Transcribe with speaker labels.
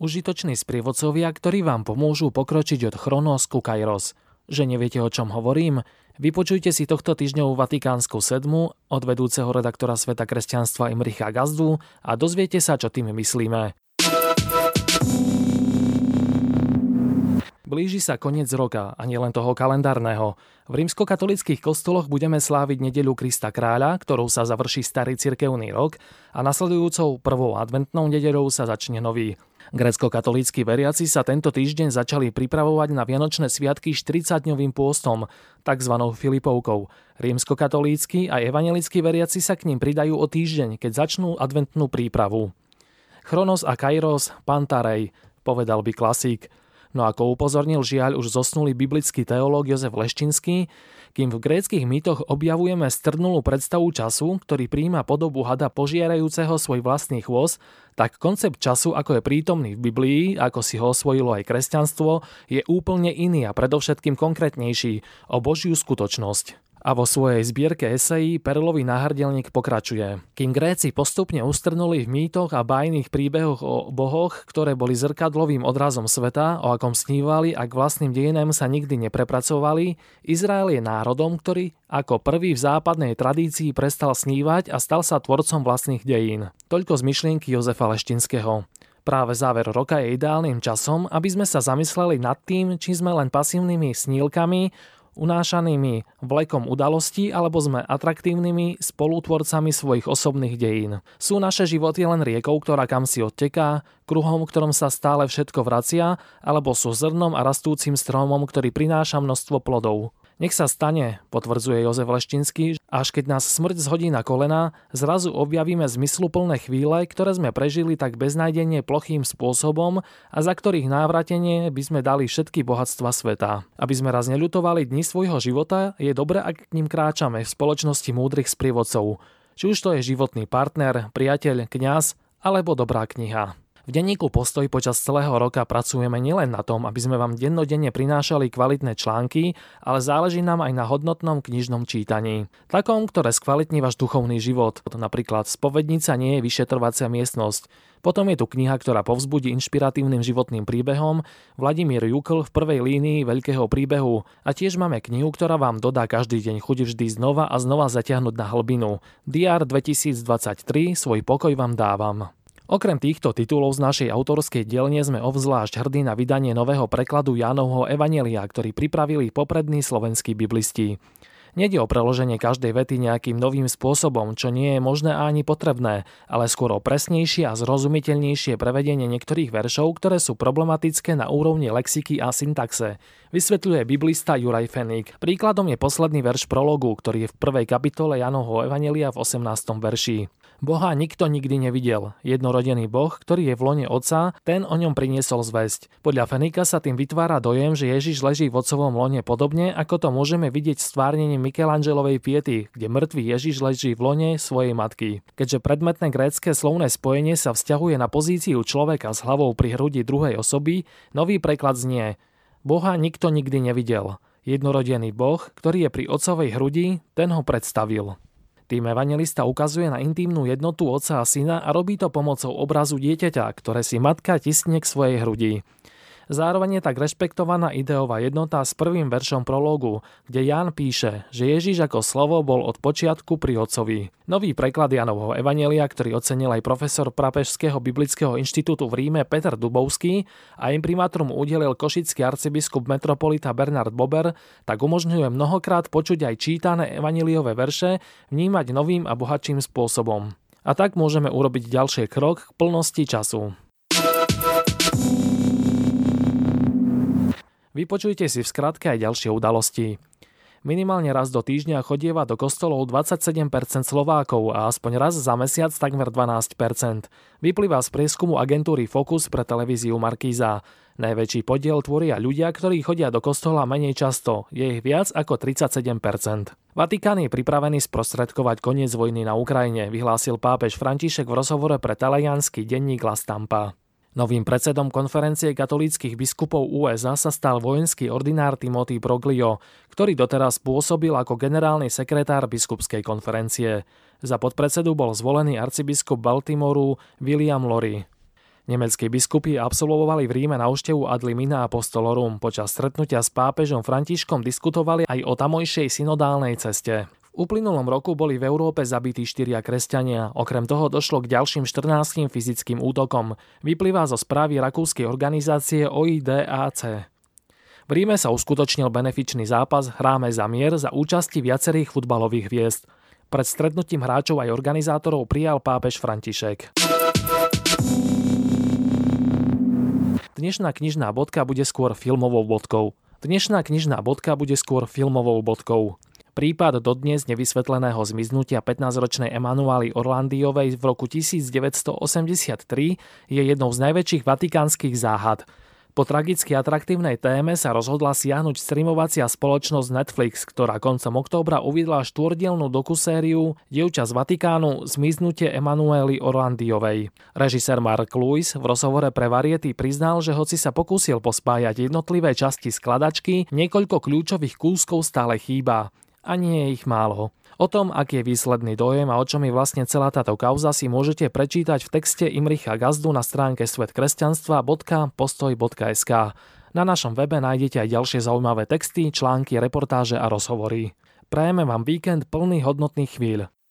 Speaker 1: Užitoční sprievodcovia, ktorí vám pomôžu pokročiť od Chronos ku Kairos. Že neviete, o čom hovorím? Vypočujte si tohto týždňovú Vatikánsku sedmu od vedúceho redaktora Sveta kresťanstva Imricha Gazdu a dozviete sa, čo tým myslíme. Blíži sa koniec roka a nielen toho kalendárneho. V rímskokatolíckych kostoloch budeme sláviť nedeľu Krista kráľa, ktorou sa završí starý cirkevný rok a nasledujúcou prvou adventnou nedeľou sa začne nový. Gréckokatolícki veriaci sa tento týždeň začali pripravovať na vianočné sviatky 40-dňovým pôstom, takzvanou Filipovkou. Rímskokatolícki a evanjelickí veriaci sa k ním pridajú o týždeň, keď začnú adventnú prípravu. Chronos a Kairos, Pantarej, povedal by klasík. No ako upozornil žiaľ už zosnulý biblický teológ Jozef Leštinský, kým v gréckych mýtoch objavujeme strnulú predstavu času, ktorý prijíma podobu hada požierajúceho svoj vlastný chvost, tak koncept času, ako je prítomný v Biblii, ako si ho osvojilo aj kresťanstvo, je úplne iný a predovšetkým konkrétnejší o Božiu skutočnosť. A vo svojej zbierke esejí Perlový náhrdelník pokračuje. Kým Gréci postupne ustrnuli v mýtoch a bájnych príbehoch o bohoch, ktoré boli zrkadlovým odrazom sveta, o akom snívali a k vlastným dejinám sa nikdy neprepracovali, Izrael je národom, ktorý ako prvý v západnej tradícii prestal snívať a stal sa tvorcom vlastných dejín. Toľko z myšlienky Jozefa Leštinského. Práve záver roka je ideálnym časom, aby sme sa zamysleli nad tým, či sme len pasívnymi snílkami, unášanými vlekom udalostí, alebo sme atraktívnymi spolutvorcami svojich osobných dejín. Sú naše životy len riekou, ktorá kamsi odteká, kruhom, v ktorom sa stále všetko vracia, alebo sú zrnom a rastúcim stromom, ktorý prináša množstvo plodov. Nech sa stane, potvrdzuje Jozef Leštinský, až keď nás smrť zhodí na kolená, zrazu objavíme zmysluplné chvíle, ktoré sme prežili tak beznajdenne plochým spôsobom a za ktorých návratenie by sme dali všetky bohatstva sveta. Aby sme raz neľutovali dni svojho života, je dobré, ak k ním kráčame v spoločnosti múdrych sprievodcov. Či už to je životný partner, priateľ, kňaz alebo dobrá kniha. V denníku Postoj počas celého roka pracujeme nielen na tom, aby sme vám dennodenne prinášali kvalitné články, ale záleží nám aj na hodnotnom knižnom čítaní. Takom, ktoré skvalitní váš duchovný život. Napríklad Spovednica nie je vyšetrovacia miestnosť. Potom je tu kniha, ktorá povzbudí inšpiratívnym životným príbehom, Vladimír Jukl v prvej línii veľkého príbehu. A tiež máme knihu, ktorá vám dodá každý deň chuť vždy znova a znova zatiahnuť na hlbinu. DR 2023, svoj pokoj vám dávam. Okrem týchto titulov z našej autorskej dielne sme obzvlášť hrdí na vydanie nového prekladu Jánovho evanjelia, ktorý pripravili poprední slovenskí biblisti. Nejde o preloženie každej vety nejakým novým spôsobom, čo nie je možné a ani potrebné, ale skôr o presnejšie a zrozumiteľnejšie prevedenie niektorých veršov, ktoré sú problematické na úrovni lexiky a syntaxe, vysvetľuje biblista Juraj Feník. Príkladom je posledný verš prologu, ktorý je v prvej kapitole Jánovho evanjelia v 18. verši. Boha nikto nikdy nevidel. Jednorodený Boh, ktorý je v lone Otca, ten o ňom priniesol zvesť. Podľa Feníka sa tým vytvára dojem, že Ježiš leží v otcovom lone podobne, ako to môžeme vidieť v stvárnení Michelangelovej Piety, kde mŕtvý Ježiš leží v lone svojej matky. Keďže predmetné grécke slovné spojenie sa vzťahuje na pozíciu človeka s hlavou pri hrudi druhej osoby, nový preklad znie: Boha nikto nikdy nevidel. Jednorodený Boh, ktorý je pri otcovej hrudi, ten ho predstavil. Tým evanjelista ukazuje na intímnu jednotu otca a syna a robí to pomocou obrazu dieťaťa, ktoré si matka tisne k svojej hrudi. Zároveň je tak rešpektovaná ideová jednota s prvým veršom prológu, kde Ján píše, že Ježiš ako slovo bol od počiatku pri Otcovi. Nový preklad Jánovho evanjelia, ktorý ocenil aj profesor Prapežského biblického inštitútu v Ríme Peter Dubovský a imprimátorom udelil košický arcibiskup metropolita Bernard Bober, tak umožňuje mnohokrát počuť aj čítané evanjeliové verše vnímať novým a bohatším spôsobom. A tak môžeme urobiť ďalší krok k plnosti času. Vypočujte si v skratke aj ďalšie udalosti. Minimálne raz do týždňa chodieva do kostolov 27% Slovákov a aspoň raz za mesiac takmer 12%. Vyplýva z prieskumu agentúry Focus pre televíziu Markíza. Najväčší podiel tvoria ľudia, ktorí chodia do kostola menej často. Je ich viac ako 37%. Vatikán je pripravený sprostredkovať koniec vojny na Ukrajine, vyhlásil pápež František v rozhovore pre taliansky denník La Stampa. Novým predsedom konferencie katolíckych biskupov USA sa stal vojenský ordinár Timothy Broglio, ktorý doteraz pôsobil ako generálny sekretár biskupskej konferencie. Za podpredsedu bol zvolený arcibiskup Baltimoru William Lori. Nemeckí biskupy absolvovali v Ríme návštevu ad limina apostolorum. Počas stretnutia s pápežom Františkom diskutovali aj o tamojšej synodálnej ceste. V uplynulom roku boli v Európe zabití 4 kresťania. Okrem toho došlo k ďalším 14 fyzickým útokom. Vyplýva zo správy rakúskej organizácie OIDAC. V Ríme sa uskutočnil benefičný zápas Hráme za mier za účasti viacerých futbalových hviezd. Pred stretnutím hráčov aj organizátorov prijal pápež František. Dnešná knižná bodka bude skôr filmovou bodkou. Prípad dodnes nevysvetleného zmiznutia 15-ročnej Emanuely Orlandiovej v roku 1983 je jednou z najväčších vatikánskych záhad. Po tragicky atraktívnej téme sa rozhodla siahnuť streamovacia spoločnosť Netflix, ktorá koncom októbra uviedla štvordielnu dokusériu Dievča z Vatikánu Zmiznutie Emanuely Orlandiovej. Režisér Mark Lewis v rozhovore pre Variety priznal, že hoci sa pokúsil pospájať jednotlivé časti skladačky, niekoľko kľúčových kúskov stále chýba. A nie je ich málo. O tom, aký je výsledný dojem a o čom je vlastne celá táto kauza, si môžete prečítať v texte Imricha Gazdu na stránke svetkresťanstva.postoj.sk. Na našom webe nájdete aj ďalšie zaujímavé texty, články, reportáže a rozhovory. Prajeme vám víkend plný hodnotných chvíľ.